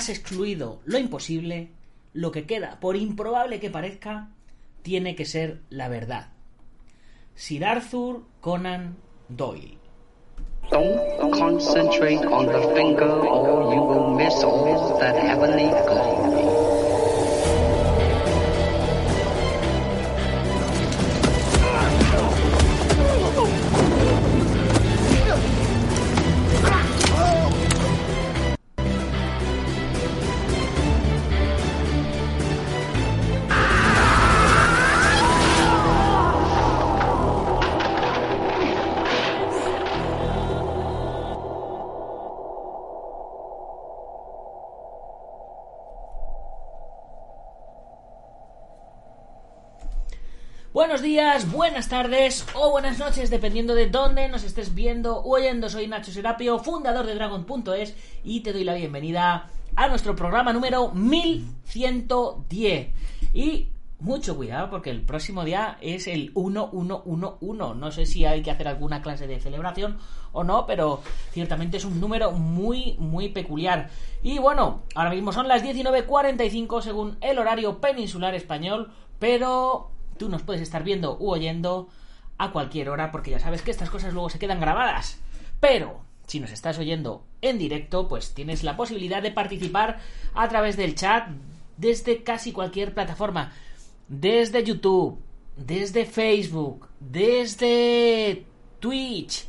has excluido lo imposible, lo que queda, por improbable que parezca, tiene que ser la verdad. Sir Arthur Conan Doyle. Don't concentrate on the finger or you will miss all that heavenly glory. Buenos días, buenas tardes o buenas noches, dependiendo de dónde nos estés viendo o oyendo. Soy Nacho Serapio, fundador de Dragon.es, y te doy la bienvenida a nuestro programa número 1110. Y mucho cuidado porque el próximo día es el 1111. No sé si hay que hacer alguna clase de celebración o no, pero ciertamente es un número muy, muy peculiar. Y bueno, ahora mismo son las 19:45 según el horario peninsular español, pero tú nos puedes estar viendo u oyendo a cualquier hora, porque ya sabes que estas cosas luego se quedan grabadas. Pero si nos estás oyendo en directo, pues tienes la posibilidad de participar a través del chat desde casi cualquier plataforma. Desde YouTube, desde Facebook, desde Twitch,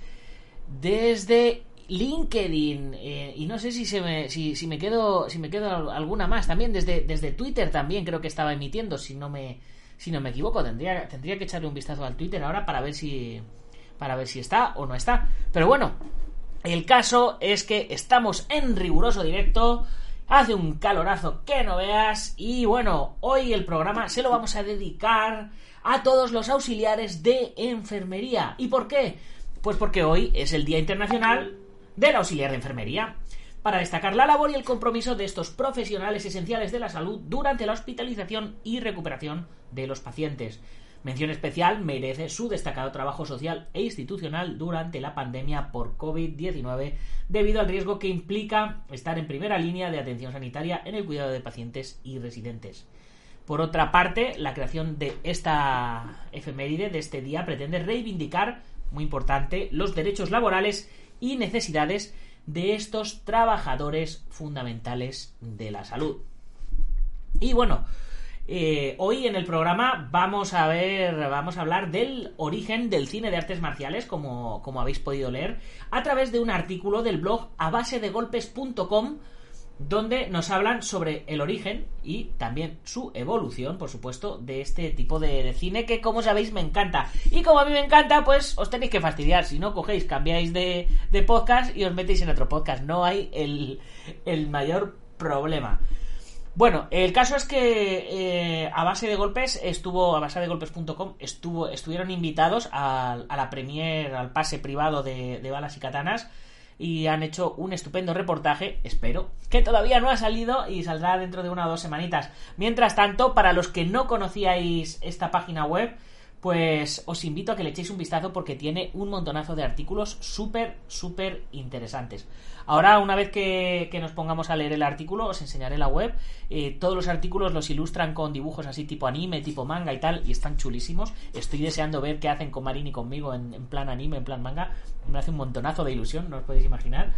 desde LinkedIn, y no sé si me quedo alguna más. También desde Twitter también creo que estaba emitiendo, si no me equivoco. Tendría que echarle un vistazo al Twitter ahora para ver si está o no está. Pero bueno, el caso es que estamos en riguroso directo. Hace un calorazo que no veas. Y bueno, hoy el programa se lo vamos a dedicar a todos los auxiliares de enfermería. ¿Y por qué? Pues porque hoy es el Día Internacional del Auxiliar de Enfermería, para destacar la labor y el compromiso de estos profesionales esenciales de la salud durante la hospitalización y recuperación de los pacientes. Mención especial merece su destacado trabajo social e institucional durante la pandemia por COVID-19, debido al riesgo que implica estar en primera línea de atención sanitaria en el cuidado de pacientes y residentes. Por otra parte, la creación de esta efeméride, de este día, pretende reivindicar, muy importante, los derechos laborales y necesidades de estos trabajadores fundamentales de la salud. Y bueno, hoy en el programa vamos a hablar del origen del cine de artes marciales, como habéis podido leer, a través de un artículo del blog abasedegolpes.com, donde nos hablan sobre el origen y también su evolución, por supuesto, de este tipo de cine que, como sabéis, me encanta. Y como a mí me encanta, pues os tenéis que fastidiar. Si no, cogéis, cambiáis de podcast y os metéis en otro podcast. No hay el mayor problema. Bueno, el caso es que abasedegolpes.com estuvieron invitados a la premier, al pase privado de Balas y Katanas, y han hecho un estupendo reportaje, espero, que todavía no ha salido y saldrá dentro de 1 o 2 semanitas. Mientras tanto, para los que no conocíais esta página web, pues os invito a que le echéis un vistazo porque tiene un montonazo de artículos súper, súper interesantes. Ahora, una vez que nos pongamos a leer el artículo, os enseñaré la web. Todos los artículos los ilustran con dibujos así tipo anime, tipo manga y tal, y están chulísimos. Estoy deseando ver qué hacen con Marín y conmigo en plan anime, en plan manga. Me hace un montonazo de ilusión, no os podéis imaginar.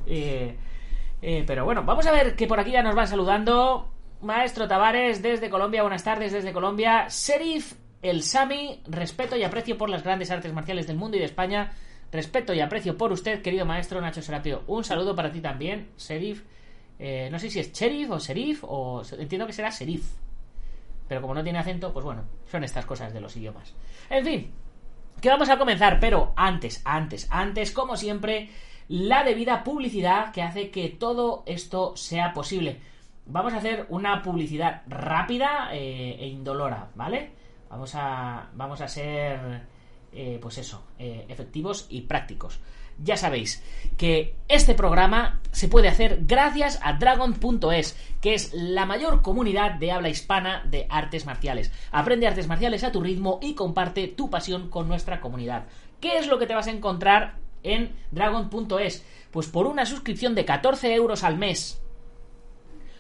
Pero bueno, vamos a ver que por aquí ya nos van saludando. Maestro Tavares desde Colombia, buenas tardes desde Colombia. Serif El Sami, respeto y aprecio por las grandes artes marciales del mundo y de España. Respeto y aprecio por usted, querido maestro Nacho Serapio. Un saludo para ti también, Serif. No sé si es Cherif o Serif, o entiendo que será Serif. Pero como no tiene acento, pues bueno, son estas cosas de los idiomas. En fin, que vamos a comenzar, pero antes, como siempre, la debida publicidad que hace que todo esto sea posible. Vamos a hacer una publicidad rápida e indolora, ¿vale? Vamos a ser, pues eso, efectivos y prácticos. Ya sabéis que este programa se puede hacer gracias a Dragon.es, que es la mayor comunidad de habla hispana de artes marciales. Aprende artes marciales a tu ritmo y comparte tu pasión con nuestra comunidad. ¿Qué es lo que te vas a encontrar en Dragon.es? Pues por una suscripción de 14 euros al mes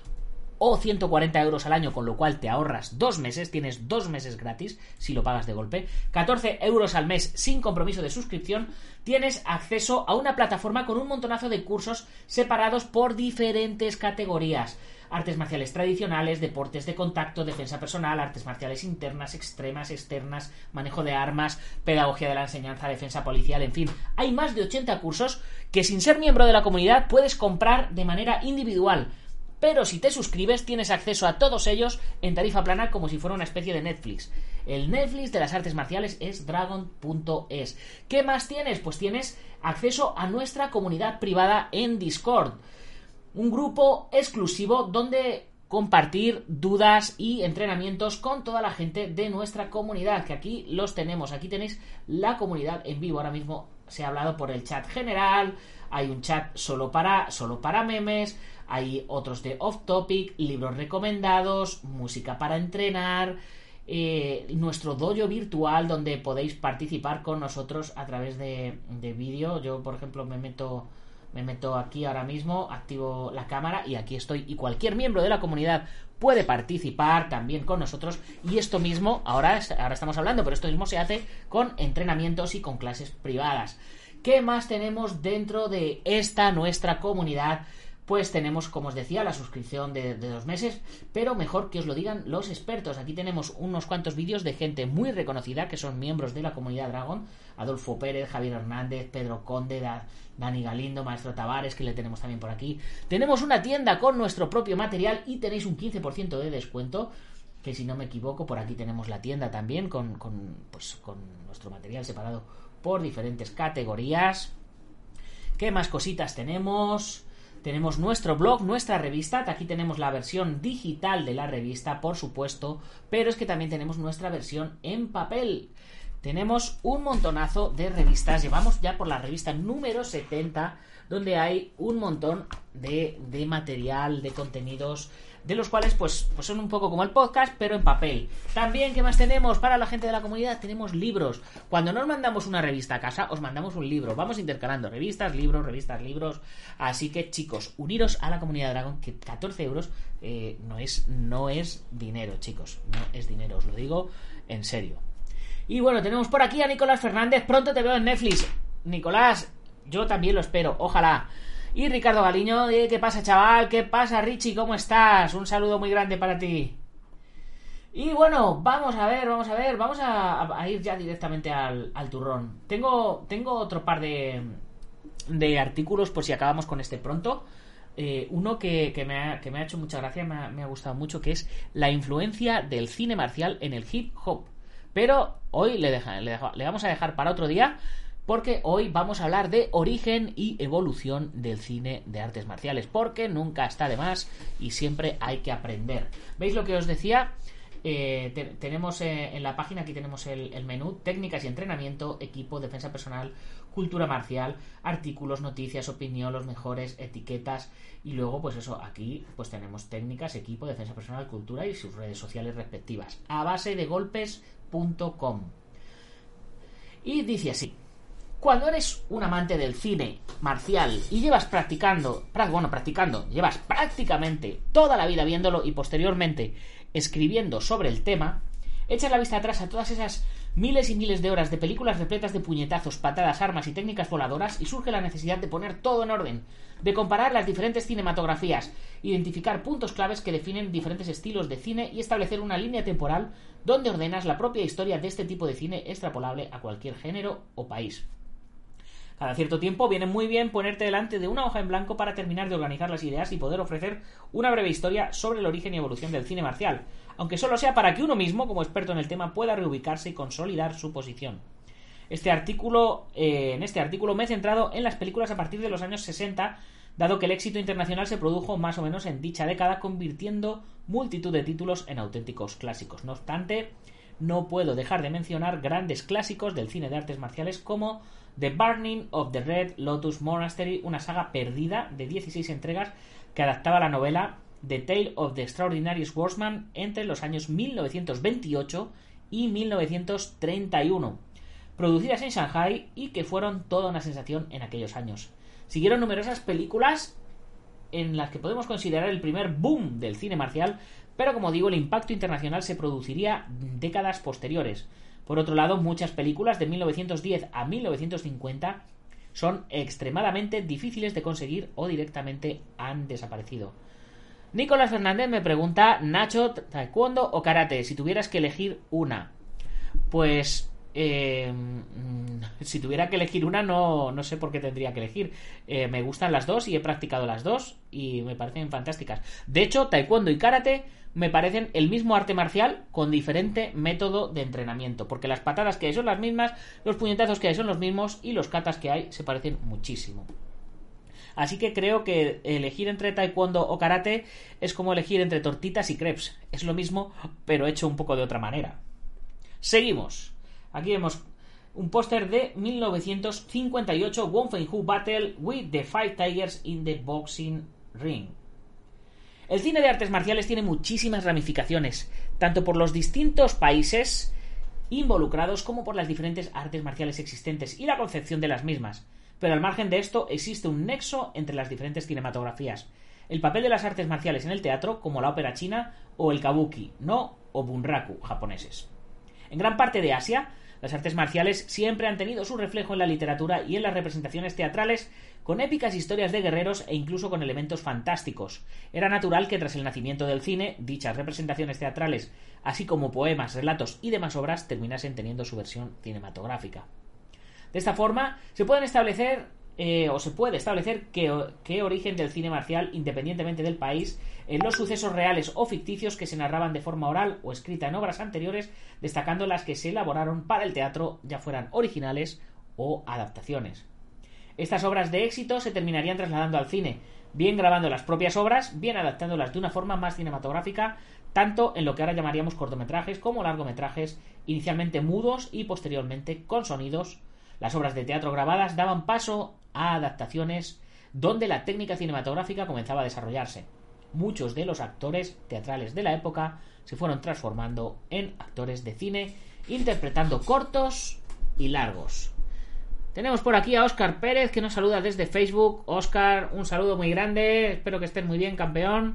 o 140 euros al año, con lo cual te ahorras 2 meses, tienes 2 meses gratis si lo pagas de golpe, 14 euros al mes sin compromiso de suscripción, tienes acceso a una plataforma con un montonazo de cursos separados por diferentes categorías: artes marciales tradicionales, deportes de contacto, defensa personal, artes marciales internas, extremas, externas, manejo de armas, pedagogía de la enseñanza, defensa policial, en fin. Hay más de 80 cursos que sin ser miembro de la comunidad puedes comprar de manera individual. Pero si te suscribes tienes acceso a todos ellos en tarifa plana, como si fuera una especie de Netflix. El Netflix de las artes marciales es Dragon.es. ¿Qué más tienes? Pues tienes acceso a nuestra comunidad privada en Discord. Un grupo exclusivo donde compartir dudas y entrenamientos con toda la gente de nuestra comunidad, que aquí los tenemos. Aquí tenéis la comunidad en vivo. Ahora mismo se ha hablado por el chat general, hay un chat solo para memes, hay otros de off topic, libros recomendados, música para entrenar, nuestro dojo virtual donde podéis participar con nosotros a través de vídeo. Yo, por ejemplo, me meto aquí ahora mismo, activo la cámara y aquí estoy, y cualquier miembro de la comunidad puede participar también con nosotros. Y esto mismo, ahora estamos hablando, pero esto mismo se hace con entrenamientos y con clases privadas. ¿Qué más tenemos dentro de esta nuestra comunidad? Pues tenemos, como os decía, la suscripción de 2 meses, pero mejor que os lo digan los expertos. Aquí tenemos unos cuantos vídeos de gente muy reconocida que son miembros de la comunidad Dragon: Adolfo Pérez, Javier Hernández, Pedro Conde, Dani Galindo, Maestro Tavares, que le tenemos también por aquí. Tenemos una tienda con nuestro propio material y tenéis un 15% de descuento, que si no me equivoco, por aquí tenemos la tienda también con nuestro material separado por diferentes categorías. ¿Qué más cositas tenemos? Tenemos nuestro blog, nuestra revista. Aquí tenemos la versión digital de la revista, por supuesto, pero es que también tenemos nuestra versión en papel. Tenemos un montonazo de revistas. Llevamos ya por la revista número 70, donde hay un montón de material, de contenidos, de los cuales pues son un poco como el podcast, pero en papel. También, ¿qué más tenemos para la gente de la comunidad? Tenemos libros. Cuando no os mandamos una revista a casa, os mandamos un libro. Vamos intercalando revistas, libros. Así que, chicos, uniros a la comunidad Dragon, que 14 euros no es dinero, chicos. No es dinero, os lo digo en serio. Y bueno, tenemos por aquí a Nicolás Fernández. Pronto te veo en Netflix. Nicolás, yo también lo espero, ojalá. Y Ricardo Galiño, ¿qué pasa, chaval? ¿Qué pasa, Richie? ¿Cómo estás? Un saludo muy grande para ti. Y bueno, vamos a ir ya directamente al turrón. Tengo otro par de artículos por si acabamos con este pronto. Uno que me ha hecho mucha gracia, me ha gustado mucho, que es la influencia del cine marcial en el hip hop. Pero hoy le vamos a dejar para otro día, porque hoy vamos a hablar de origen y evolución del cine de artes marciales, porque nunca está de más y siempre hay que aprender. ¿Veis lo que os decía? Tenemos en la página, aquí tenemos el menú: técnicas y entrenamiento, equipo, defensa personal, cultura marcial, artículos, noticias, opinión, los mejores, etiquetas, y luego pues eso, aquí pues tenemos técnicas, equipo, defensa personal, cultura y sus redes sociales respectivas, a base de golpes.com. Y dice así: cuando eres un amante del cine marcial y llevas practicando, llevas prácticamente toda la vida viéndolo y posteriormente escribiendo sobre el tema, echas la vista atrás a todas esas miles y miles de horas de películas repletas de puñetazos, patadas, armas y técnicas voladoras, y surge la necesidad de poner todo en orden, de comparar las diferentes cinematografías, identificar puntos claves que definen diferentes estilos de cine y establecer una línea temporal donde ordenas la propia historia de este tipo de cine extrapolable a cualquier género o país. Cada cierto tiempo viene muy bien ponerte delante de una hoja en blanco para terminar de organizar las ideas y poder ofrecer una breve historia sobre el origen y evolución del cine marcial, aunque solo sea para que uno mismo, como experto en el tema, pueda reubicarse y consolidar su posición. En este artículo me he centrado en las películas a partir de los años 60, dado que el éxito internacional se produjo más o menos en dicha década, convirtiendo multitud de títulos en auténticos clásicos. No obstante, no puedo dejar de mencionar grandes clásicos del cine de artes marciales como The Burning of the Red Lotus Monastery, una saga perdida de 16 entregas que adaptaba la novela The Tale of the Extraordinary Swordsman entre los años 1928 y 1931, producidas en Shanghai y que fueron toda una sensación en aquellos años. Siguieron numerosas películas en las que podemos considerar el primer boom del cine marcial, pero como digo, el impacto internacional se produciría décadas posteriores. Por otro lado, muchas películas de 1910 a 1950 son extremadamente difíciles de conseguir o directamente han desaparecido. Nicolás Fernández me pregunta: Nacho, ¿taekwondo o karate? Si tuvieras que elegir una. Pues si tuviera que elegir una, no sé por qué tendría que elegir. Me gustan las dos y he practicado las dos y me parecen fantásticas. De hecho, taekwondo y karate me parecen el mismo arte marcial con diferente método de entrenamiento, porque las patadas que hay son las mismas, los puñetazos que hay son los mismos y los katas que hay se parecen muchísimo. Así que creo que elegir entre taekwondo o karate es como elegir entre tortitas y crepes. Es lo mismo, pero hecho un poco de otra manera. Seguimos. Aquí vemos un póster de 1958, Wong Fei-Hung Battle with the Five Tigers in the Boxing Ring. El cine de artes marciales tiene muchísimas ramificaciones, tanto por los distintos países involucrados como por las diferentes artes marciales existentes y la concepción de las mismas. Pero al margen de esto existe un nexo entre las diferentes cinematografías. El papel de las artes marciales en el teatro, como la ópera china o el kabuki, no o bunraku japoneses. En gran parte de Asia, las artes marciales siempre han tenido su reflejo en la literatura y en las representaciones teatrales, con épicas historias de guerreros e incluso con elementos fantásticos. Era natural que tras el nacimiento del cine, dichas representaciones teatrales, así como poemas, relatos y demás obras, terminasen teniendo su versión cinematográfica. De esta forma, se puede establecer qué origen del cine marcial, independientemente del país, en los sucesos reales o ficticios que se narraban de forma oral o escrita en obras anteriores, destacando las que se elaboraron para el teatro, ya fueran originales o adaptaciones. Estas obras de éxito se terminarían trasladando al cine, bien grabando las propias obras, bien adaptándolas de una forma más cinematográfica, tanto en lo que ahora llamaríamos cortometrajes como largometrajes, inicialmente mudos y posteriormente con sonidos. Las obras de teatro grabadas daban paso a adaptaciones donde la técnica cinematográfica comenzaba a desarrollarse. Muchos de los actores teatrales de la época se fueron transformando en actores de cine, interpretando cortos y largos. Tenemos por aquí a Óscar Pérez, que nos saluda desde Facebook. Óscar, un saludo muy grande, espero que estés muy bien, campeón.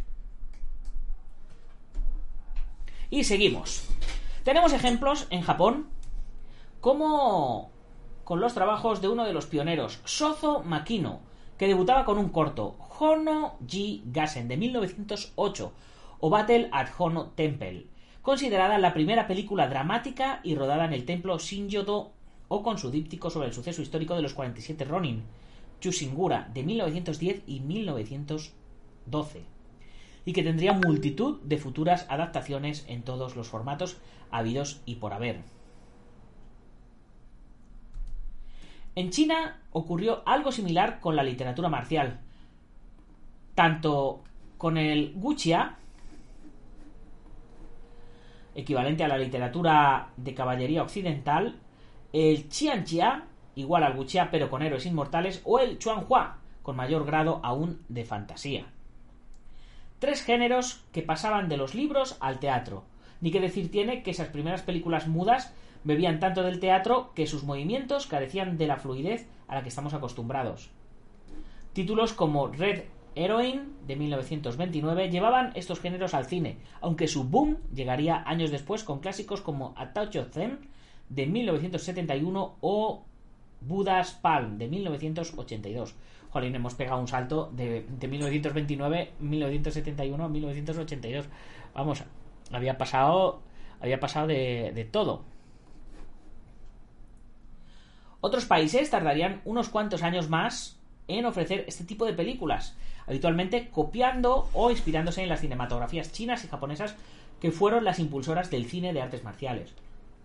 Y seguimos. Tenemos ejemplos en Japón como con los trabajos de uno de los pioneros, Sozo Makino, que debutaba con un corto, Hono Ji Gassen, de 1908, o Battle at Hono Temple, considerada la primera película dramática y rodada en el templo Shinjo-do, o con su díptico sobre el suceso histórico de los 47 Ronin, Chushingura, de 1910 y 1912, y que tendría multitud de futuras adaptaciones en todos los formatos habidos y por haber. En China ocurrió algo similar con la literatura marcial, tanto con el wuxia, equivalente a la literatura de caballería occidental, el qianxia, igual al wuxia pero con héroes inmortales, o el chuanhua, con mayor grado aún de fantasía. Tres géneros que pasaban de los libros al teatro. Ni que decir tiene que esas primeras películas mudas bebían tanto del teatro que sus movimientos carecían de la fluidez a la que estamos acostumbrados. Títulos como Red Heroine, de 1929, llevaban estos géneros al cine, aunque su boom llegaría años después con clásicos como A Touch of Zen, de 1971, o Buddha's Palm, de 1982. Jolín, hemos pegado un salto de 1929, 1971 a 1982. Vamos, había pasado de todo. Otros países tardarían unos cuantos años más en ofrecer este tipo de películas, habitualmente copiando o inspirándose en las cinematografías chinas y japonesas, que fueron las impulsoras del cine de artes marciales.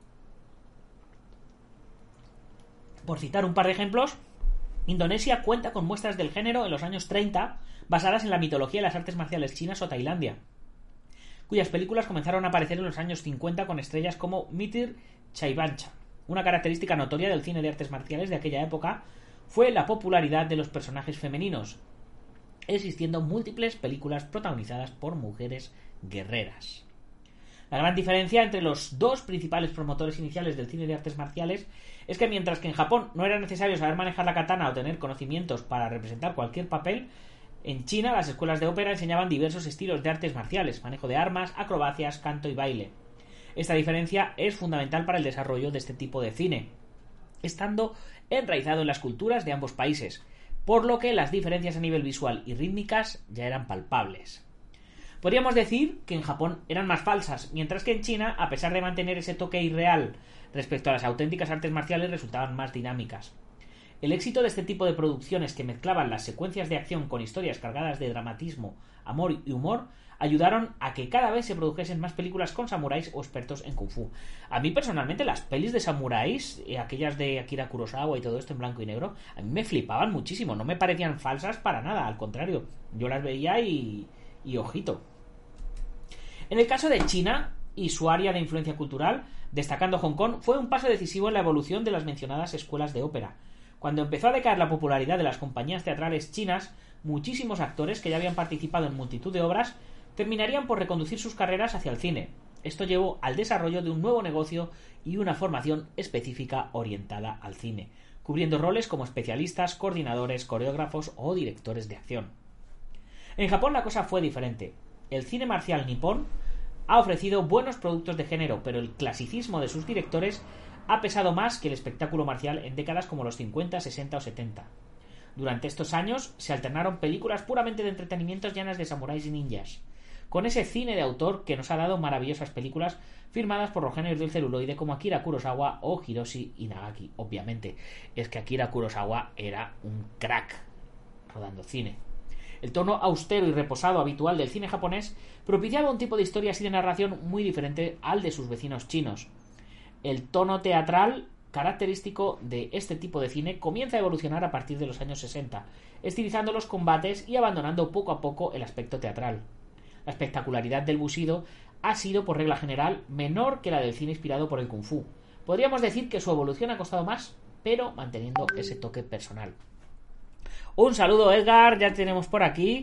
Por citar un par de ejemplos, Indonesia cuenta con muestras del género en los años 30 basadas en la mitología de las artes marciales chinas, o Tailandia, cuyas películas comenzaron a aparecer en los años 50 con estrellas como Mitir Chaibancha. Una característica notoria del cine de artes marciales de aquella época fue la popularidad de los personajes femeninos, existiendo múltiples películas protagonizadas por mujeres guerreras. La gran diferencia entre los dos principales promotores iniciales del cine de artes marciales es que mientras que en Japón no era necesario saber manejar la katana o tener conocimientos para representar cualquier papel, En China, las escuelas de ópera enseñaban diversos estilos de artes marciales, manejo de armas, acrobacias, canto y baile. Esta diferencia es fundamental para el desarrollo de este tipo de cine, estando enraizado en las culturas de ambos países, por lo que las diferencias a nivel visual y rítmicas ya eran palpables. Podríamos decir que en Japón eran más falsas, mientras que en China, a pesar de mantener ese toque irreal respecto a las auténticas artes marciales, resultaban más dinámicas. El éxito de este tipo de producciones que mezclaban las secuencias de acción con historias cargadas de dramatismo, amor y humor ayudaron a que cada vez se produjesen más películas con samuráis o expertos en kung fu. A mí personalmente las pelis de samuráis, aquellas de Akira Kurosawa y todo esto en blanco y negro, a mí me flipaban muchísimo, no me parecían falsas para nada, al contrario, yo las veía y ojito. En el caso de China y su área de influencia cultural, destacando Hong Kong, fue un paso decisivo en la evolución de las mencionadas escuelas de ópera. Cuando empezó a decaer la popularidad de las compañías teatrales chinas, muchísimos actores que ya habían participado en multitud de obras terminarían por reconducir sus carreras hacia el cine. Esto llevó al desarrollo de un nuevo negocio y una formación específica orientada al cine, cubriendo roles como especialistas, coordinadores, coreógrafos o directores de acción. En Japón la cosa fue diferente. El cine marcial nipón ha ofrecido buenos productos de género, pero el clasicismo de sus directores ha pesado más que el espectáculo marcial en décadas como los 50, 60 o 70. Durante estos años se alternaron películas puramente de entretenimiento llenas de samuráis y ninjas, con ese cine de autor que nos ha dado maravillosas películas firmadas por los genios del celuloide como Akira Kurosawa o Hiroshi Inagaki. Obviamente, es que Akira Kurosawa era un crack rodando cine. El tono austero y reposado habitual del cine japonés propiciaba un tipo de historias y de narración muy diferente al de sus vecinos chinos. El tono teatral característico de este tipo de cine comienza a evolucionar a partir de los años 60, estilizando los combates y abandonando poco a poco el aspecto teatral. La espectacularidad del bushido ha sido, por regla general, menor que la del cine inspirado por el kung fu. Podríamos decir que su evolución ha costado más, pero manteniendo ese toque personal. Un saludo, Edgar, ya tenemos por aquí.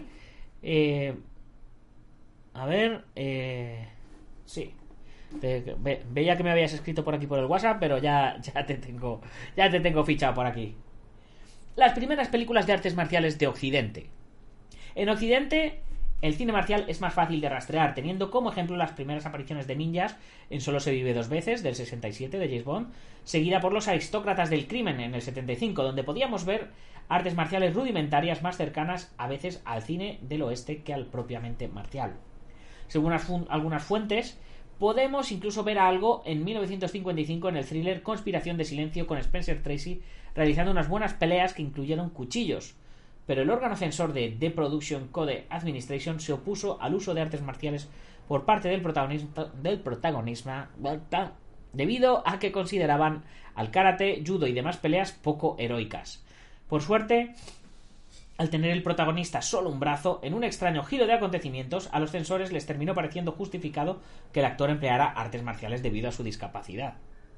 Sí. Veía que me habías escrito por aquí por el WhatsApp, pero ya te tengo fichado por aquí. Las primeras películas de artes marciales de Occidente. En Occidente, el cine marcial es más fácil de rastrear, teniendo como ejemplo las primeras apariciones de ninjas en Solo se vive dos veces, del 67, de James Bond, seguida por Los aristócratas del crimen, en el 75, donde podíamos ver artes marciales rudimentarias más cercanas a veces al cine del oeste que al propiamente marcial. Según algunas fuentes, podemos incluso ver algo en 1955 en el thriller Conspiración de Silencio con Spencer Tracy realizando unas buenas peleas que incluyeron cuchillos, pero el órgano censor de The Production Code Administration se opuso al uso de artes marciales por parte del protagonista debido a que consideraban al karate, judo y demás peleas poco heroicas. Por suerte, al tener el protagonista solo un brazo, en un extraño giro de acontecimientos, a los censores les terminó pareciendo justificado que el actor empleara artes marciales debido a su discapacidad.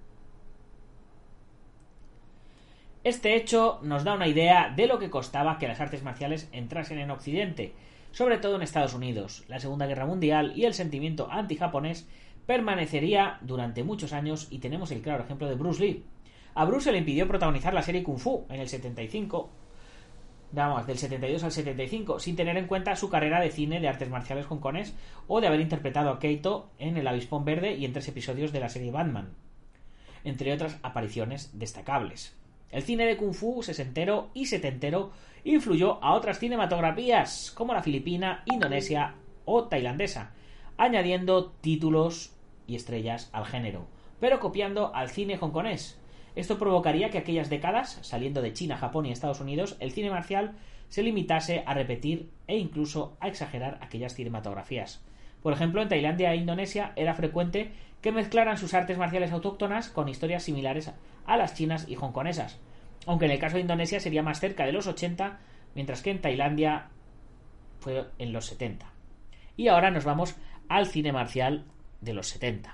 Este hecho nos da una idea de lo que costaba que las artes marciales entrasen en Occidente, sobre todo en Estados Unidos. La Segunda Guerra Mundial y el sentimiento antijaponés permanecería durante muchos años y tenemos el claro ejemplo de Bruce Lee. A Bruce se le impidió protagonizar la serie Kung Fu en el 75, del 72 al 75, sin tener en cuenta su carrera de cine de artes marciales hongkonés o de haber interpretado a Kaito en El Avispón Verde y en 3 episodios de la serie Batman, entre otras apariciones destacables. El cine de Kung Fu sesentero y setentero influyó a otras cinematografías como la filipina, indonesia o tailandesa, añadiendo títulos y estrellas al género, pero copiando al cine hongkonés. Esto provocaría que aquellas décadas, saliendo de China, Japón y Estados Unidos, el cine marcial se limitase a repetir e incluso a exagerar aquellas cinematografías. Por ejemplo, en Tailandia e Indonesia era frecuente que mezclaran sus artes marciales autóctonas con historias similares a las chinas y hongkonesas, aunque en el caso de Indonesia sería más cerca de los 80, mientras que en Tailandia fue en los 70. Y ahora nos vamos al cine marcial de los 70.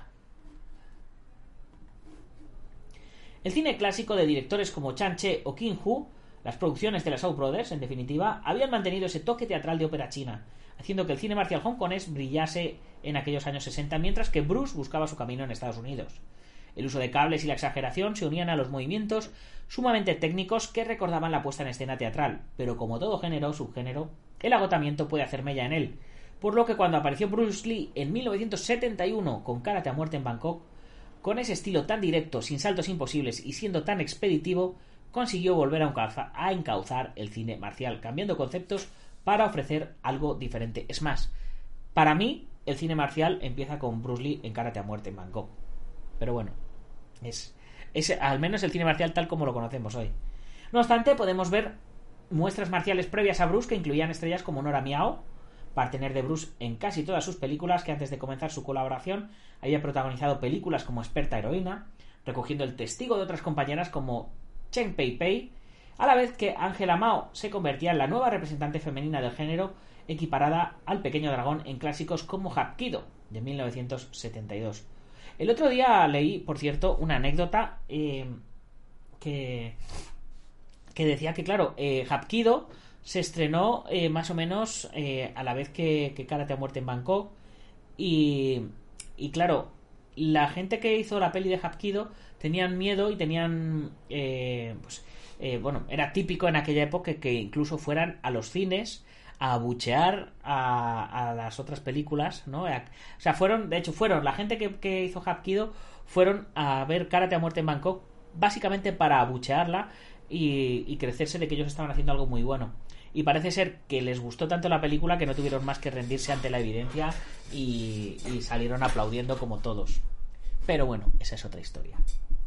El cine clásico de directores como Chan Che o King Hu, las producciones de las Shaw Brothers, en definitiva, habían mantenido ese toque teatral de ópera china, haciendo que el cine marcial hongkonés brillase en aquellos años 60, mientras que Bruce buscaba su camino en Estados Unidos. El uso de cables y la exageración se unían a los movimientos sumamente técnicos que recordaban la puesta en escena teatral, pero como todo género o subgénero, el agotamiento puede hacer mella en él, por lo que cuando apareció Bruce Lee en 1971 con Karate a muerte en Bangkok, con ese estilo tan directo, sin saltos imposibles y siendo tan expeditivo, consiguió volver a encauzar el cine marcial, cambiando conceptos para ofrecer algo diferente. Es más, para mí, el cine marcial empieza con Bruce Lee en Karate a muerte en Bangkok. Pero bueno, es al menos el cine marcial tal como lo conocemos hoy. No obstante, podemos ver muestras marciales previas a Bruce que incluían estrellas como Nora Miao, partener de Bruce en casi todas sus películas, que antes de comenzar su colaboración había protagonizado películas como experta heroína, recogiendo el testigo de otras compañeras como Chen Pei Pei, a la vez que Angela Mao se convertía en la nueva representante femenina del género, equiparada al pequeño dragón en clásicos como Hapkido, de 1972. El otro día leí, por cierto, una anécdota que decía que, claro, Hapkido se estrenó más o menos a la vez que Karate a muerte en Bangkok y claro, la gente que hizo la peli de Hapkido tenían miedo y tenían bueno, era típico en aquella época que incluso fueran a los cines a abuchear a las otras películas, ¿no? O sea, fueron la gente que hizo Hapkido fueron a ver Karate a muerte en Bangkok básicamente para abuchearla y crecerse de que ellos estaban haciendo algo muy bueno. Y parece ser que les gustó tanto la película que no tuvieron más que rendirse ante la evidencia y salieron aplaudiendo como todos. Pero bueno, esa es otra historia.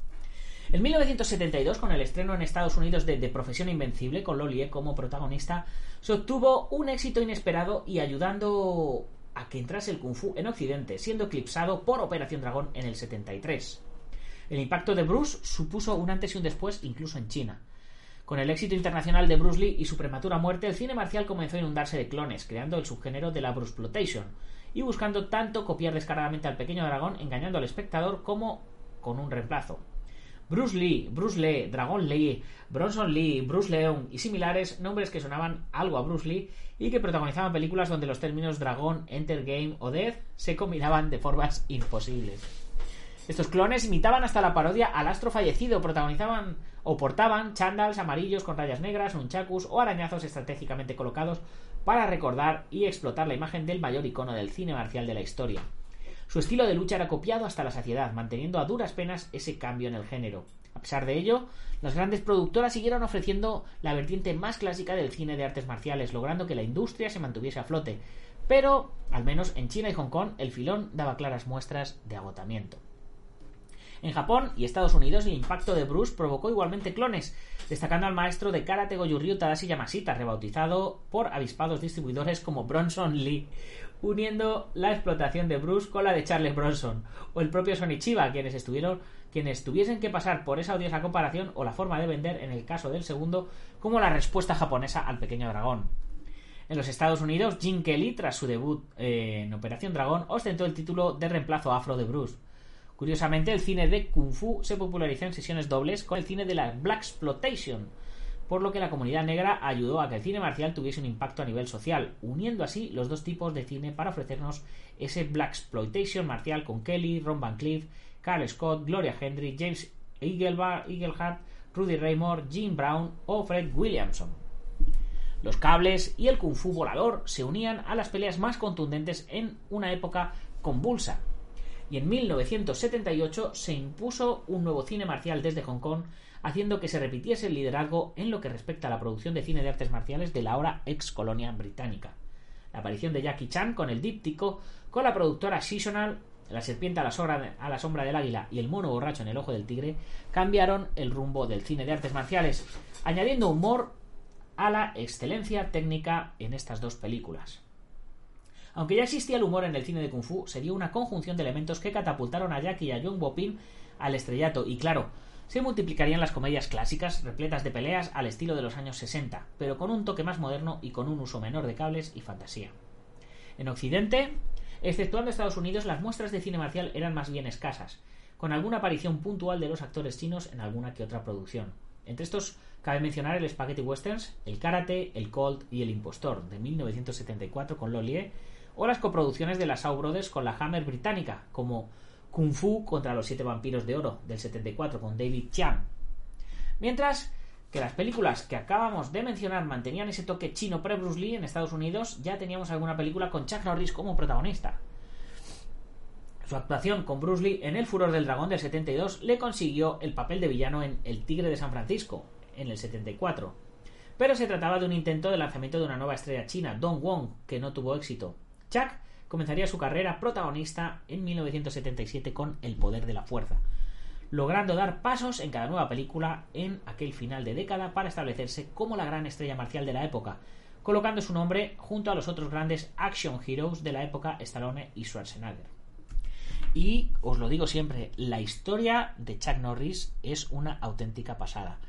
En 1972, con el estreno en Estados Unidos de Profesión Invencible, con Lolie como protagonista, se obtuvo un éxito inesperado y ayudando a que entrase el Kung Fu en Occidente, siendo eclipsado por Operación Dragón en el 73. El impacto de Bruce supuso un antes y un después incluso en China. Con el éxito internacional de Bruce Lee y su prematura muerte, el cine marcial comenzó a inundarse de clones, creando el subgénero de la Bruceploitation y buscando tanto copiar descaradamente al pequeño dragón, engañando al espectador como con un reemplazo. Bruce Lee, Bruce Lee, Dragon Lee, Bronson Lee, Bruce Leon y similares, nombres que sonaban algo a Bruce Lee y que protagonizaban películas donde los términos dragón, enter game o death se combinaban de formas imposibles. Estos clones imitaban hasta la parodia al astro fallecido, protagonizaban o portaban chándals amarillos con rayas negras, nunchakus o arañazos estratégicamente colocados para recordar y explotar la imagen del mayor icono del cine marcial de la historia. Su estilo de lucha era copiado hasta la saciedad, manteniendo a duras penas ese cambio en el género. A pesar de ello, las grandes productoras siguieron ofreciendo la vertiente más clásica del cine de artes marciales, logrando que la industria se mantuviese a flote. Pero, al menos en China y Hong Kong, el filón daba claras muestras de agotamiento. En Japón y Estados Unidos, el impacto de Bruce provocó igualmente clones, destacando al maestro de karate Goju-Ryu Tadashi Yamashita, rebautizado por avispados distribuidores como Bronson Lee, uniendo la explotación de Bruce con la de Charles Bronson, o el propio Sonny Chiba, quienes tuviesen que pasar por esa odiosa comparación o la forma de vender, en el caso del segundo, como la respuesta japonesa al pequeño dragón. En los Estados Unidos, Gene Kelly, tras su debut en Operación Dragón, ostentó el título de reemplazo afro de Bruce. Curiosamente, el cine de Kung Fu se popularizó en sesiones dobles con el cine de la Blaxploitation, por lo que la comunidad negra ayudó a que el cine marcial tuviese un impacto a nivel social, uniendo así los dos tipos de cine para ofrecernos ese Blaxploitation marcial con Kelly, Ron Van Clief, Carl Scott, Gloria Hendry, James Iglehart, Rudy Raymore, Jim Brown o Fred Williamson. Los cables y el Kung Fu volador se unían a las peleas más contundentes en una época convulsa. Y en 1978 se impuso un nuevo cine marcial desde Hong Kong, haciendo que se repitiese el liderazgo en lo que respecta a la producción de cine de artes marciales de la ahora ex colonia británica. La aparición de Jackie Chan con el díptico, con la productora Seasonal, La serpiente a la sombra del águila y El mono borracho en el ojo del tigre, cambiaron el rumbo del cine de artes marciales, añadiendo humor a la excelencia técnica en estas dos películas. Aunque ya existía el humor en el cine de Kung Fu, se dio una conjunción de elementos que catapultaron a Jackie y a Yuen Woo-ping al estrellato y, claro, se multiplicarían las comedias clásicas repletas de peleas al estilo de los años 60, pero con un toque más moderno y con un uso menor de cables y fantasía. En Occidente, exceptuando Estados Unidos, las muestras de cine marcial eran más bien escasas, con alguna aparición puntual de los actores chinos en alguna que otra producción. Entre estos cabe mencionar el Spaghetti Westerns, el Karate, el Colt y el Impostor, de 1974 con Lolie, o las coproducciones de la Shaw Brothers con la Hammer británica, como Kung Fu contra los 7 vampiros de oro del 74 con David Chiang. Mientras que las películas que acabamos de mencionar mantenían ese toque chino pre-Bruce Lee, en Estados Unidos ya teníamos alguna película con Chuck Norris como protagonista. Su actuación con Bruce Lee en El furor del dragón del 72 le consiguió el papel de villano en El tigre de San Francisco en el 74, pero se trataba de un intento de lanzamiento de una nueva estrella china, Dong Won, que no tuvo éxito. Chuck comenzaría su carrera protagonista en 1977 con El poder de la fuerza, logrando dar pasos en cada nueva película en aquel final de década para establecerse como la gran estrella marcial de la época, colocando su nombre junto a los otros grandes action heroes de la época, Stallone y Schwarzenegger. Y os lo digo siempre, la historia de Chuck Norris es una auténtica pasada.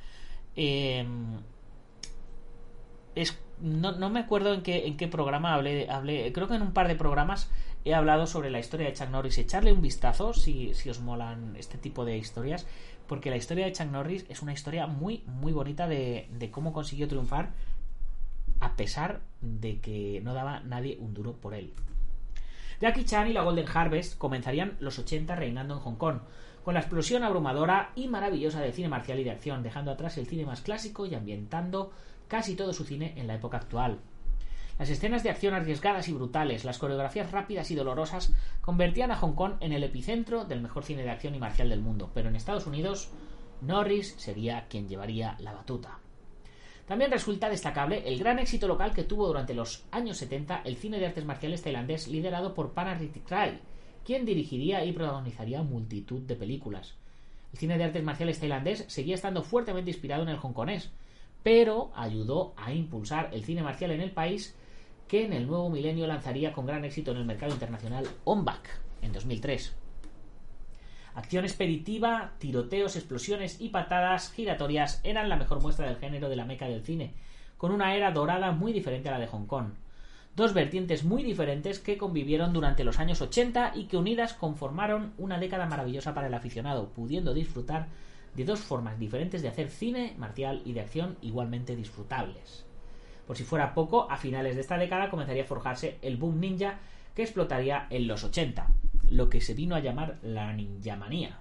No me acuerdo en qué programa hablé, creo que en un par de programas he hablado sobre la historia de Chuck Norris. Echarle un vistazo si os molan este tipo de historias, porque la historia de Chuck Norris es una historia muy, muy bonita de cómo consiguió triunfar a pesar de que no daba nadie un duro por él. Jackie Chan y la Golden Harvest comenzarían los 80 reinando en Hong Kong, con la explosión abrumadora y maravillosa del cine marcial y de acción, dejando atrás el cine más clásico y ambientando casi todo su cine en la época actual. Las escenas de acción arriesgadas y brutales, las coreografías rápidas y dolorosas, convertían a Hong Kong en el epicentro del mejor cine de acción y marcial del mundo, pero en Estados Unidos, Norris sería quien llevaría la batuta. También resulta destacable el gran éxito local que tuvo durante los años 70 el cine de artes marciales tailandés liderado por Panarithikrai, quien dirigiría y protagonizaría multitud de películas. El cine de artes marciales tailandés seguía estando fuertemente inspirado en el hongkonés, pero ayudó a impulsar el cine marcial en el país, que en el nuevo milenio lanzaría con gran éxito en el mercado internacional Ong Bak en 2003. Acción expeditiva, tiroteos, explosiones y patadas giratorias eran la mejor muestra del género de la meca del cine, con una era dorada muy diferente a la de Hong Kong. Dos vertientes muy diferentes que convivieron durante los años 80 y que unidas conformaron una década maravillosa para el aficionado, pudiendo disfrutar de dos formas diferentes de hacer cine marcial y de acción igualmente disfrutables. Por si fuera poco, a finales de esta década comenzaría a forjarse el boom ninja que explotaría en los 80, lo que se vino a llamar la ninjamanía.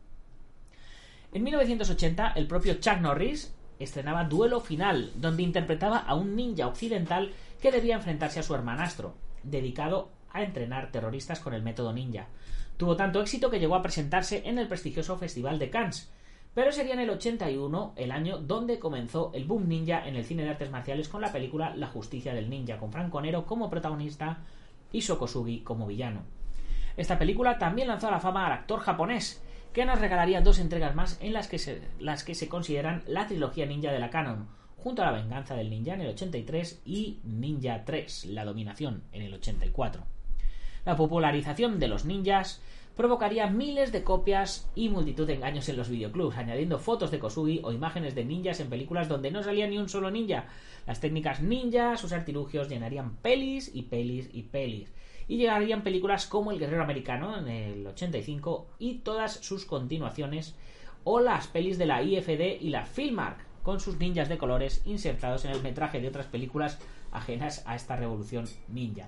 En 1980, el propio Chuck Norris estrenaba Duelo Final, donde interpretaba a un ninja occidental que debía enfrentarse a su hermanastro, dedicado a entrenar terroristas con el método ninja. Tuvo tanto éxito que llegó a presentarse en el prestigioso Festival de Cannes, pero sería en el 81 el año donde comenzó el boom ninja en el cine de artes marciales con la película La Justicia del Ninja, con Franco Nero como protagonista y Shokosugi como villano. Esta película también lanzó a la fama al actor japonés, que nos regalaría dos entregas más en las que se consideran la trilogía ninja de la Canon, junto a La Venganza del Ninja en el 83 y Ninja 3, La Dominación en el 84. La popularización de los ninjas provocaría miles de copias y multitud de engaños en los videoclubs, añadiendo fotos de Kosugi o imágenes de ninjas en películas donde no salía ni un solo ninja. Las técnicas ninja, sus artilugios llenarían pelis y pelis y pelis. Y llegarían películas como El Guerrero Americano en el 85 y todas sus continuaciones, o las pelis de la IFD y la Filmark, con sus ninjas de colores insertados en el metraje de otras películas ajenas a esta revolución ninja.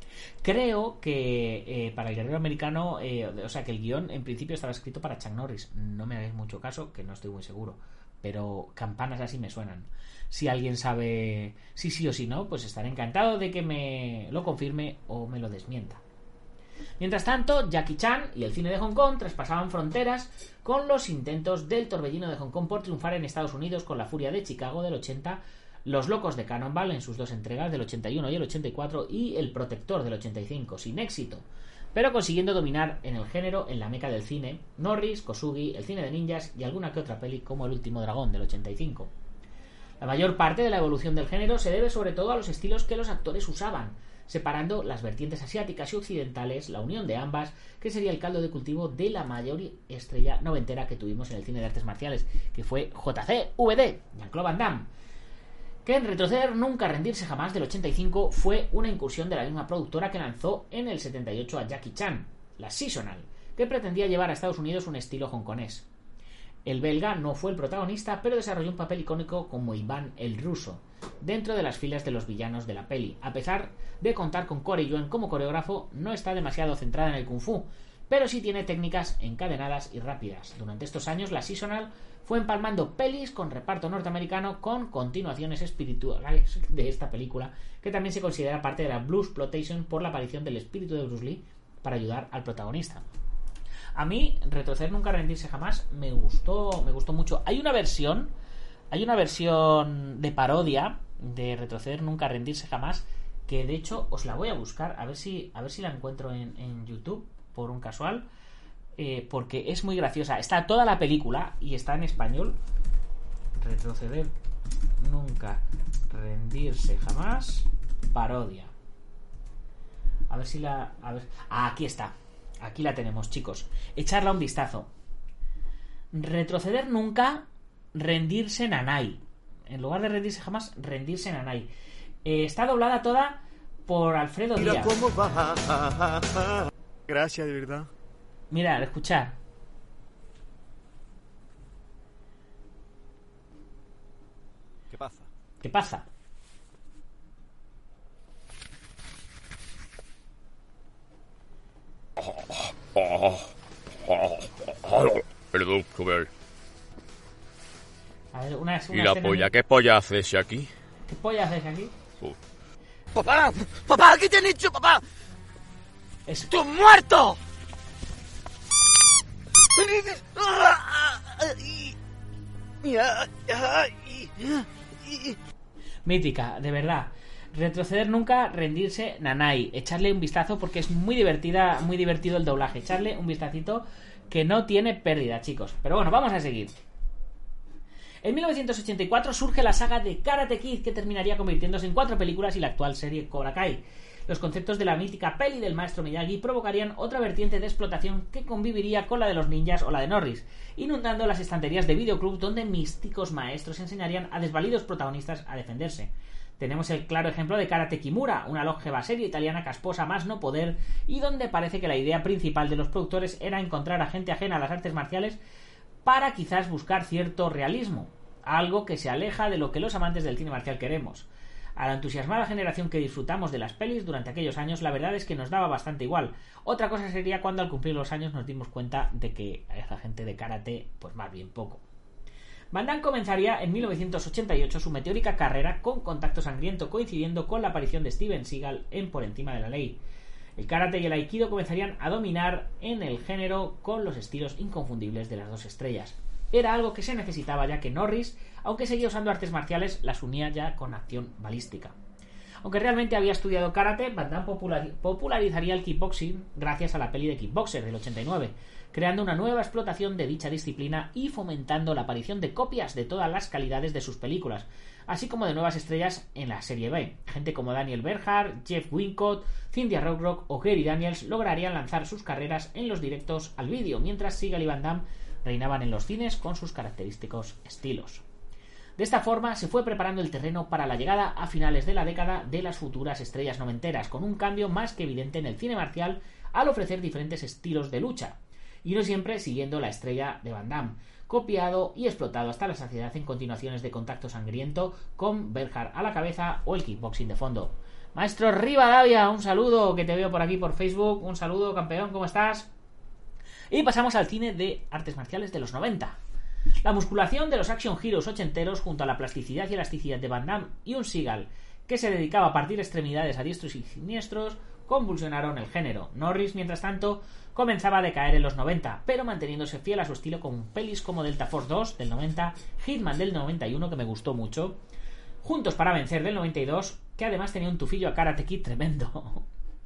Creo que para El Guerrero Americano, o sea que el guión en principio estaba escrito para Chuck Norris. No me hagáis mucho caso, que no estoy muy seguro, pero campanas así me suenan. Si alguien sabe si sí o si no, pues estaré encantado de que me lo confirme o me lo desmienta. Mientras tanto, Jackie Chan y el cine de Hong Kong traspasaban fronteras con los intentos del torbellino de Hong Kong por triunfar en Estados Unidos con La Furia de Chicago del 80, Los Locos de Cannonball en sus dos entregas del 81 y el 84 y El Protector del 85, sin éxito, pero consiguiendo dominar en el género en la meca del cine, Norris, Kosugi, el cine de ninjas y alguna que otra peli como El Último Dragón del 85. La mayor parte de la evolución del género se debe sobre todo a los estilos que los actores usaban, separando las vertientes asiáticas y occidentales, la unión de ambas, que sería el caldo de cultivo de la mayor estrella noventera que tuvimos en el cine de artes marciales, que fue JCVD, Jean-Claude Van Damme, que en Retroceder nunca rendirse jamás del 85 fue una incursión de la misma productora que lanzó en el 78 a Jackie Chan, la Seasonal, que pretendía llevar a Estados Unidos un estilo hongkonés. El belga no fue el protagonista, pero desarrolló un papel icónico como Iván el Ruso, dentro de las filas de los villanos de la peli. A pesar de contar con Corey Yuen como coreógrafo, no está demasiado centrada en el kung fu, pero sí tiene técnicas encadenadas y rápidas. Durante estos años, la Seasonal fue empalmando pelis con reparto norteamericano con continuaciones espirituales de esta película, que también se considera parte de la Bluesploitation por la aparición del espíritu de Bruce Lee para ayudar al protagonista. A mí, Retroceder nunca, rendirse jamás, me gustó mucho. Hay una versión de parodia de Retroceder nunca, rendirse jamás, que de hecho os la voy a buscar, a ver si la encuentro en YouTube por un casual, porque es muy graciosa. Está toda la película y está en español. Retroceder nunca, rendirse jamás, parodia. A ver si la... aquí está. Aquí la tenemos, chicos. Echarla un vistazo. Retroceder nunca, rendirse nanay. En lugar de rendirse jamás, rendirse nanay. Está doblada toda por Alfredo Díaz. Mira cómo va. Gracias, de verdad. Mirad, escuchad. ¿Qué pasa? ¿Qué pasa? Perdón, comer. A ver, una ¿Y la polla? ¿Qué polla haces aquí? ¿Qué polla haces aquí? ¡Papá! ¡Papá! ¿Qué te han hecho, papá? Es... ¡Tú muerto! Mítica, de verdad. Retroceder nunca, rendirse nanay. Echarle un vistazo porque es muy divertido el doblaje. Echarle un vistacito que no tiene pérdida, chicos. Pero bueno, vamos a seguir. En 1984 surge la saga de Karate Kid, que terminaría convirtiéndose en 4 películas y la actual serie Cobra Kai. Los conceptos de la mítica peli del maestro Miyagi provocarían otra vertiente de explotación que conviviría con la de los ninjas o la de Norris, inundando las estanterías de videoclub donde místicos maestros enseñarían a desvalidos protagonistas a defenderse. Tenemos el claro ejemplo de Karate Kimura, una longeva serie italiana casposa más no poder, y donde parece que la idea principal de los productores era encontrar a gente ajena a las artes marciales para quizás buscar cierto realismo, algo que se aleja de lo que los amantes del cine marcial queremos. A la entusiasmada generación que disfrutamos de las pelis durante aquellos años, la verdad es que nos daba bastante igual. Otra cosa sería cuando al cumplir los años nos dimos cuenta de que a esa gente de karate, pues más bien poco. Van Damme comenzaría en 1988 su meteórica carrera con Contacto Sangriento, coincidiendo con la aparición de Steven Seagal en Por encima de la ley. El karate y el aikido comenzarían a dominar en el género con los estilos inconfundibles de las dos estrellas. Era algo que se necesitaba, ya que Norris, aunque seguía usando artes marciales, las unía ya con acción balística. Aunque realmente había estudiado karate, Van Damme popularizaría el kickboxing gracias a la peli de Kickboxer del 89, creando una nueva explotación de dicha disciplina y fomentando la aparición de copias de todas las calidades de sus películas, así como de nuevas estrellas en la serie B. Gente como Daniel Bernhardt, Jeff Wincott, Cynthia Rothrock o Gary Daniels lograrían lanzar sus carreras en los directos al vídeo, mientras Seagal y Van Damme reinaban en los cines con sus característicos estilos. De esta forma se fue preparando el terreno para la llegada a finales de la década de las futuras estrellas noventeras, con un cambio más que evidente en el cine marcial al ofrecer diferentes estilos de lucha, y no siempre siguiendo la estrella de Van Damme, copiado y explotado hasta la saciedad en continuaciones de Contacto Sangriento con Bernhardt a la cabeza o el kickboxing de fondo. Maestro Rivadavia, un saludo, que te veo por aquí por Facebook. Un saludo, campeón, ¿cómo estás? Y pasamos al cine de artes marciales de los 90. La musculación de los action heroes ochenteros junto a la plasticidad y elasticidad de Van Damme y un Seagal que se dedicaba a partir extremidades a diestros y siniestros convulsionaron el género. Norris, mientras tanto, comenzaba a decaer en los 90, pero manteniéndose fiel a su estilo con pelis como Delta Force 2 del 90, Hitman del 91, que me gustó mucho, Juntos para vencer del 92, que además tenía un tufillo a Karate Kid tremendo.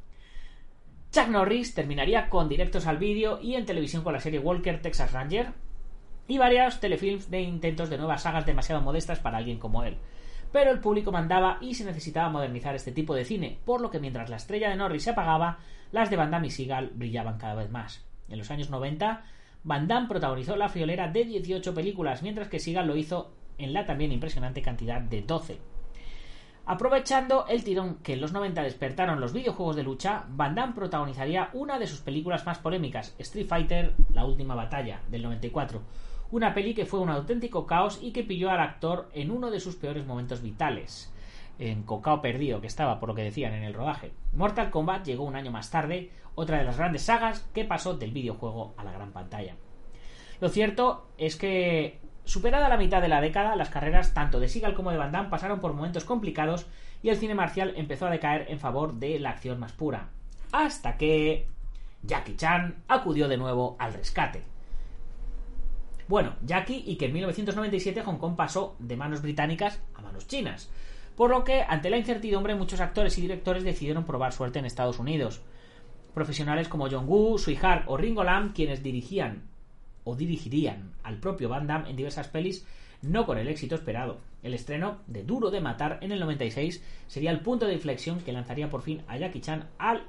Chuck Norris terminaría con directos al vídeo y en televisión con la serie Walker Texas Ranger y varios telefilms de intentos de nuevas sagas demasiado modestas para alguien como él. Pero el público mandaba y se necesitaba modernizar este tipo de cine, por lo que mientras la estrella de Norris se apagaba, las de Van Damme y Seagal brillaban cada vez más. En los años 90, Van Damme protagonizó la friolera de 18 películas, mientras que Seagal lo hizo en la también impresionante cantidad de 12. Aprovechando el tirón que en los 90 despertaron los videojuegos de lucha, Van Damme protagonizaría una de sus películas más polémicas, Street Fighter, La Última Batalla, del 94. Una peli que fue un auténtico caos y que pilló al actor en uno de sus peores momentos vitales. en cocao perdido que estaba, por lo que decían en el rodaje. Mortal Kombat llegó un año más tarde, otra de las grandes sagas que pasó del videojuego a la gran pantalla. Lo cierto es que, superada la mitad de la década, las carreras tanto de Seagal como de Van Damme pasaron por momentos complicados y el cine marcial empezó a decaer en favor de la acción más pura. Hasta que Jackie Chan acudió de nuevo al rescate. Bueno, Jackie, y que en 1997 Hong Kong pasó de manos británicas a manos chinas, por lo que ante la incertidumbre muchos actores y directores decidieron probar suerte en Estados Unidos. Profesionales como John Woo, Sui Hart o Ringo Lam, quienes dirigirían al propio Van Damme en diversas pelis, no con el éxito esperado. El estreno de Duro de Matar en el 96 sería el punto de inflexión que lanzaría por fin a Jackie Chan al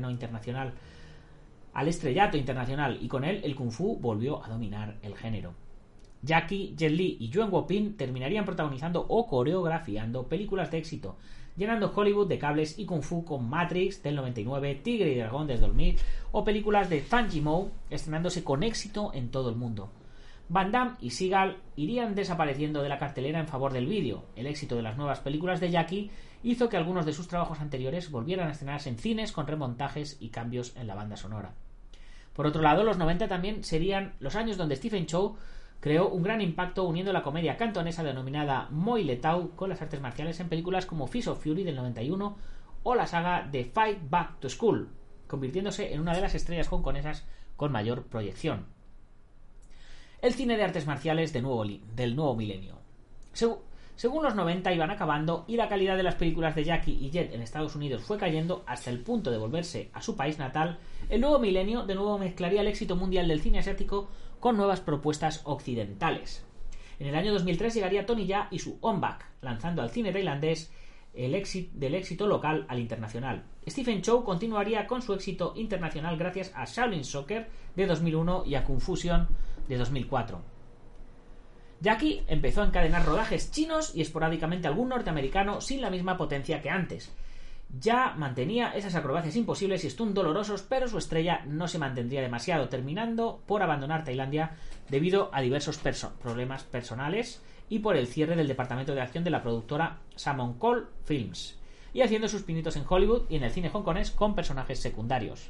estrellato internacional, y con él el Kung Fu volvió a dominar el género. Jackie, Jet Li y Yuen Woo-ping terminarían protagonizando o coreografiando películas de éxito, llenando Hollywood de cables y Kung Fu con Matrix del 99, Tigre y Dragón desde 2000 o películas de Zhang Yimou estrenándose con éxito en todo el mundo. Van Damme y Seagal irían desapareciendo de la cartelera en favor del vídeo. El éxito de las nuevas películas de Jackie hizo que algunos de sus trabajos anteriores volvieran a estrenarse en cines con remontajes y cambios en la banda sonora. Por otro lado, los 90 también serían los años donde Stephen Chow creó un gran impacto uniendo la comedia cantonesa denominada Muay Thai con las artes marciales en películas como Fist of Fury del 91 o la saga de Fight Back to School, convirtiéndose en una de las estrellas hongkonesas con mayor proyección. El cine de artes marciales del nuevo milenio. Según los 90 iban acabando y la calidad de las películas de Jackie y Jet en Estados Unidos fue cayendo hasta el punto de volverse a su país natal, el nuevo milenio de nuevo mezclaría el éxito mundial del cine asiático con nuevas propuestas occidentales. En el año 2003 llegaría Tony Jaa y su On Back, lanzando al cine tailandés del éxito local al internacional. Stephen Chow continuaría con su éxito internacional gracias a Shaolin Soccer de 2001 y a Confusion de 2004. Jackie empezó a encadenar rodajes chinos y esporádicamente algún norteamericano sin la misma potencia que antes. Ya mantenía esas acrobacias imposibles y stunt dolorosos, pero su estrella no se mantendría demasiado, terminando por abandonar Tailandia debido a diversos problemas personales y por el cierre del departamento de acción de la productora Samon Call Films, y haciendo sus pinitos en Hollywood y en el cine hongkonés con personajes secundarios.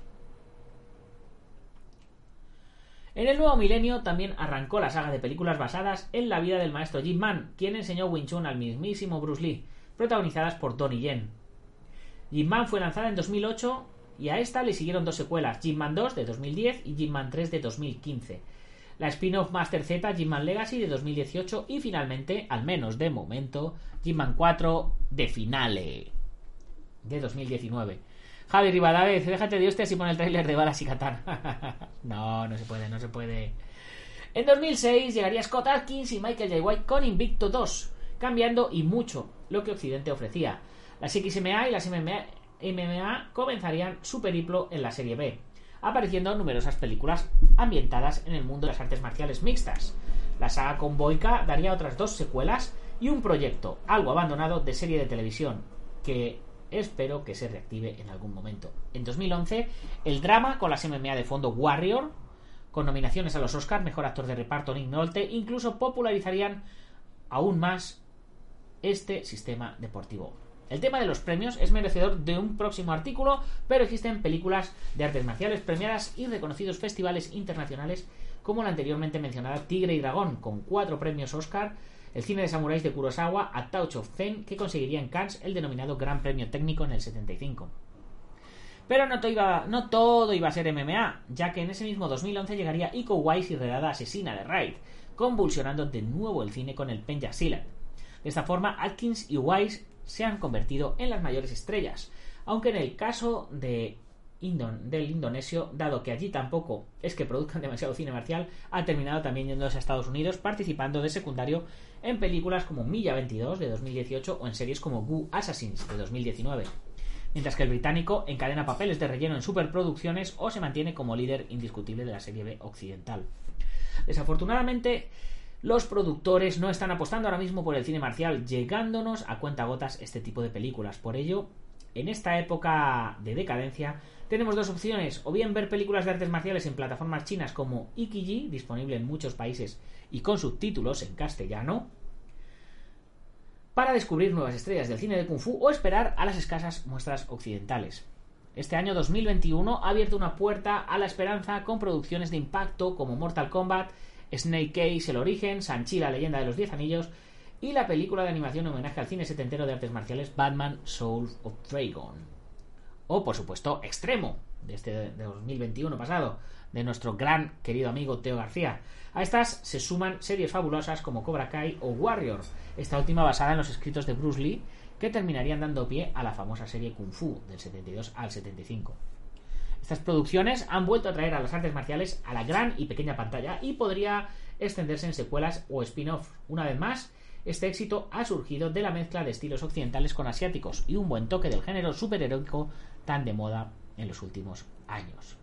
En el nuevo milenio también arrancó la saga de películas basadas en la vida del maestro Jim Man, quien enseñó Wing Chun al mismísimo Bruce Lee, protagonizadas por Donnie Yen. Jim Man fue lanzada en 2008 y a esta le siguieron dos secuelas, Jim Man 2 de 2010 y Jim Man 3 de 2015. La spin-off Master Z, Jim Man Legacy de 2018 y finalmente, al menos de momento, Jim Man 4 de Finale de 2019. Javi Rivadavez, déjate de hostias y pon el tráiler de Balas y Katana. No se puede. En 2006 llegaría Scott Adkins y Michael Jai White con Invicto 2, cambiando y mucho lo que Occidente ofrecía. Las XMA y las MMA comenzarían su periplo en la serie B, apareciendo numerosas películas ambientadas en el mundo de las artes marciales mixtas. La saga con Boyka daría otras dos secuelas y un proyecto, algo abandonado, de serie de televisión, que espero que se reactive en algún momento. En 2011, el drama con las MMA de fondo Warrior, con nominaciones a los Oscars, mejor actor de reparto Nick Nolte, incluso popularizarían aún más este sistema deportivo. El tema de los premios es merecedor de un próximo artículo, pero existen películas de artes marciales premiadas y reconocidos festivales internacionales como la anteriormente mencionada Tigre y Dragón, con 4 premios Oscar, el cine de samuráis de Kurosawa, A Touch of Zen, que conseguiría en Cannes el denominado Gran Premio Técnico en el 75. Pero no todo iba a ser MMA, ya que en ese mismo 2011 llegaría Iko Uwais y Redada Asesina de Raid, convulsionando de nuevo el cine con el Penja Silat. De esta forma, Atkins y Uwais se han convertido en las mayores estrellas, aunque en el caso del indonesio, dado que allí tampoco es que produzcan demasiado cine marcial, ha terminado también yéndose a Estados Unidos, participando de secundario en películas como Milla 22 de 2018 o en series como Gu Assassins de 2019, mientras que el británico encadena papeles de relleno en superproducciones o se mantiene como líder indiscutible de la serie B occidental. Desafortunadamente, los productores no están apostando ahora mismo por el cine marcial, llegándonos a cuentagotas este tipo de películas. Por ello, en esta época de decadencia, tenemos dos opciones: o bien ver películas de artes marciales en plataformas chinas como Ikiji, disponible en muchos países y con subtítulos en castellano, para descubrir nuevas estrellas del cine de Kung Fu o esperar a las escasas muestras occidentales. Este año 2021 ha abierto una puerta a la esperanza con producciones de impacto como Mortal Kombat, Snake Case, El Origen, Shang-Chi, la leyenda de los 10 anillos y la película de animación en homenaje al cine setentero de artes marciales Batman Soul of Dragon. O, por supuesto, Extremo, de este 2021 pasado, de nuestro gran querido amigo Teo García. A estas se suman series fabulosas como Cobra Kai o Warrior, esta última basada en los escritos de Bruce Lee, que terminarían dando pie a la famosa serie Kung Fu del 72 al 75. Estas producciones han vuelto a traer a las artes marciales a la gran y pequeña pantalla y podría extenderse en secuelas o spin-off. Una vez más, este éxito ha surgido de la mezcla de estilos occidentales con asiáticos y un buen toque del género superheroico tan de moda en los últimos años.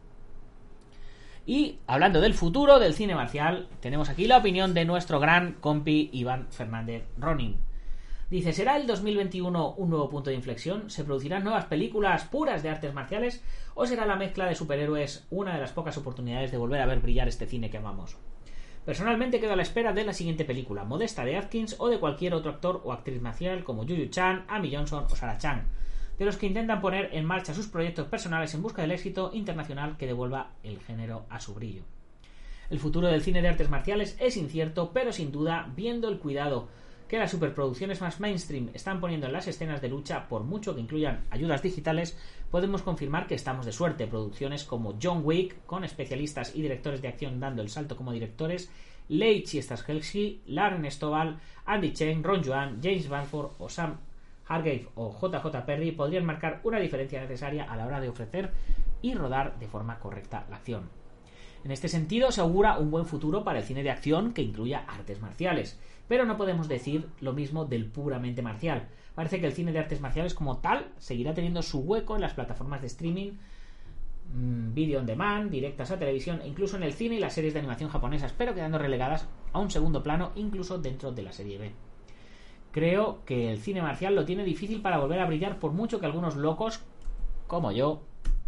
Y hablando del futuro del cine marcial, tenemos aquí la opinión de nuestro gran compi Iván Fernández Ronin. Dice, ¿será el 2021 un nuevo punto de inflexión? ¿Se producirán nuevas películas puras de artes marciales? ¿O será la mezcla de superhéroes una de las pocas oportunidades de volver a ver brillar este cine que amamos? Personalmente quedo a la espera de la siguiente película, modesta de Atkins o de cualquier otro actor o actriz marcial como Yu Yu Chan, Amy Johnson o Sarah Chan, de los que intentan poner en marcha sus proyectos personales en busca del éxito internacional que devuelva el género a su brillo. El futuro del cine de artes marciales es incierto, pero sin duda, viendo el cuidado que las superproducciones más mainstream están poniendo en las escenas de lucha, por mucho que incluyan ayudas digitales, podemos confirmar que estamos de suerte. Producciones como John Wick, con especialistas y directores de acción dando el salto como directores, Leichi Stahelski, Lauren Stovall, Andy Chen, Ron Joan, James Bamford o Sam Hargrave o JJ Perry podrían marcar una diferencia necesaria a la hora de ofrecer y rodar de forma correcta la acción. En este sentido, se augura un buen futuro para el cine de acción que incluya artes marciales, pero no podemos decir lo mismo del puramente marcial. Parece que el cine de artes marciales como tal seguirá teniendo su hueco en las plataformas de streaming, video on demand, directas a televisión e incluso en el cine y las series de animación japonesas, pero quedando relegadas a un segundo plano incluso dentro de la serie B. Creo que el cine marcial lo tiene difícil para volver a brillar, por mucho que algunos locos, como yo,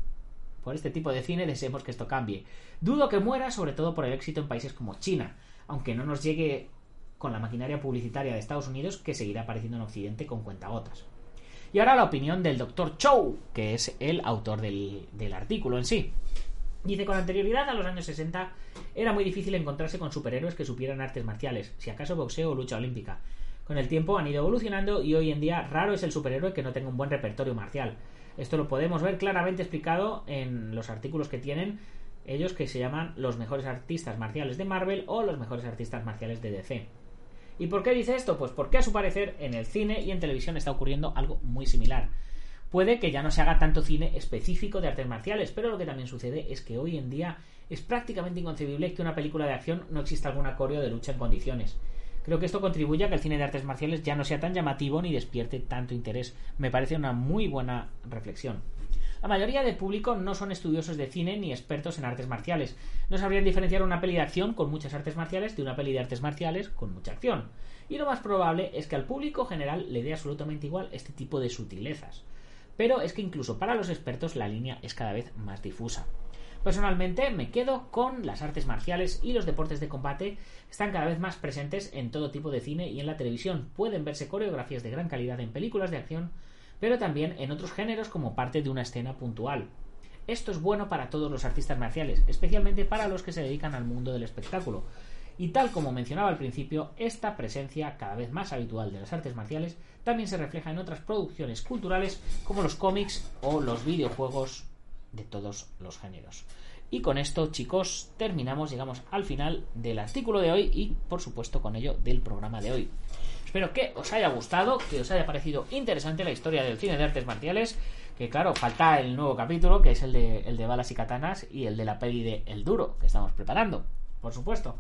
por este tipo de cine deseemos que esto cambie. Dudo que muera, sobre todo por el éxito en países como China, aunque no nos llegue con la maquinaria publicitaria de Estados Unidos, que seguirá apareciendo en Occidente con cuentagotas. Y ahora la opinión del Dr. Chow, que es el autor del artículo en sí. Dice, con anterioridad a los años 60 era muy difícil encontrarse con superhéroes que supieran artes marciales, si acaso boxeo o lucha olímpica. Con el tiempo han ido evolucionando y hoy en día raro es el superhéroe que no tenga un buen repertorio marcial. Esto lo podemos ver claramente explicado en los artículos que tienen ellos, que se llaman los mejores artistas marciales de Marvel o los mejores artistas marciales de DC. ¿Y por qué dice esto? Pues porque a su parecer en el cine y en televisión está ocurriendo algo muy similar. Puede que ya no se haga tanto cine específico de artes marciales, pero lo que también sucede es que hoy en día es prácticamente inconcebible que una película de acción no exista algún coreo de lucha en condiciones. Creo que esto contribuye a que el cine de artes marciales ya no sea tan llamativo ni despierte tanto interés. Me parece una muy buena reflexión. La mayoría del público no son estudiosos de cine ni expertos en artes marciales. No sabrían diferenciar una peli de acción con muchas artes marciales de una peli de artes marciales con mucha acción. Y lo más probable es que al público general le dé absolutamente igual este tipo de sutilezas. Pero es que incluso para los expertos la línea es cada vez más difusa. Personalmente me quedo con las artes marciales y los deportes de combate. Están cada vez más presentes en todo tipo de cine y en la televisión. Pueden verse coreografías de gran calidad en películas de acción, pero también en otros géneros como parte de una escena puntual. Esto es bueno para todos los artistas marciales, especialmente para los que se dedican al mundo del espectáculo. Y tal como mencionaba al principio, esta presencia cada vez más habitual de las artes marciales también se refleja en otras producciones culturales como los cómics o los videojuegos de todos los géneros. Y con esto, chicos, llegamos al final del artículo de hoy y, por supuesto, con ello del programa de hoy. Espero que os haya gustado, que os haya parecido interesante la historia del cine de artes marciales, que claro, falta el nuevo capítulo, que es el de balas y katanas, y el de la peli de El Duro, que estamos preparando, por supuesto.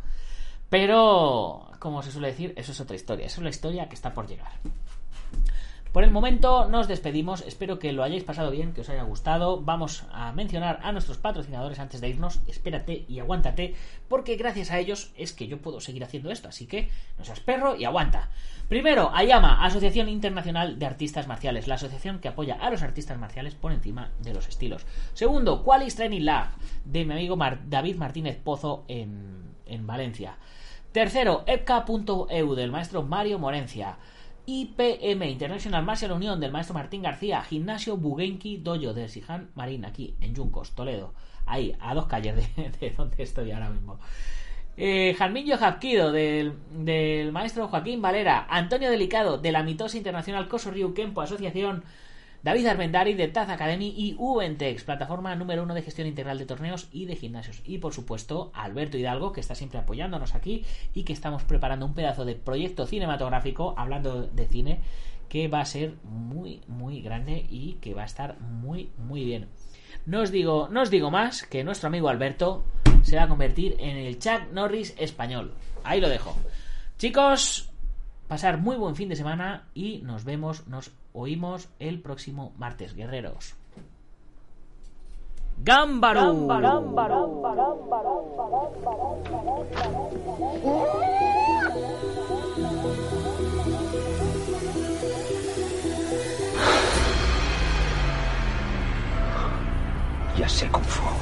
Pero, como se suele decir, eso es otra historia, eso es la historia que está por llegar. Por el momento nos despedimos, espero que lo hayáis pasado bien, que os haya gustado. Vamos a mencionar a nuestros patrocinadores antes de irnos. Espérate y aguántate, porque gracias a ellos es que yo puedo seguir haciendo esto, así que no seas perro y aguanta. Primero, AYAMA, Asociación Internacional de Artistas Marciales, la asociación que apoya a los artistas marciales por encima de los estilos. Segundo, Qualis Training Lab, de mi amigo David Martínez Pozo en Valencia. Tercero, epca.eu, del maestro Mario Morencia. IPM, International Martial Unión, del maestro Martín García. Gimnasio Bugenki Dojo, del Sihan Marín, aquí en Yuncos, Toledo. Ahí, a 2 calles de donde estoy ahora mismo. Jarminho Hapkido, del maestro Joaquín Valera. Antonio Delicado, de la Mitosa Internacional Koso Ryu Kempo Asociación. David Armendari, de Taz Academy. Y Ubentex, plataforma número 1 de gestión integral de torneos y de gimnasios. Y por supuesto Alberto Hidalgo, que está siempre apoyándonos aquí y que estamos preparando un pedazo de proyecto cinematográfico, hablando de cine, que va a ser muy muy grande y que va a estar muy muy bien. No os digo más, que nuestro amigo Alberto se va a convertir en el Chuck Norris español. Ahí lo dejo. Chicos, pasar muy buen fin de semana y nos oímos el próximo martes, guerreros. ¡Gámbaro! Ya sé Kung Fu.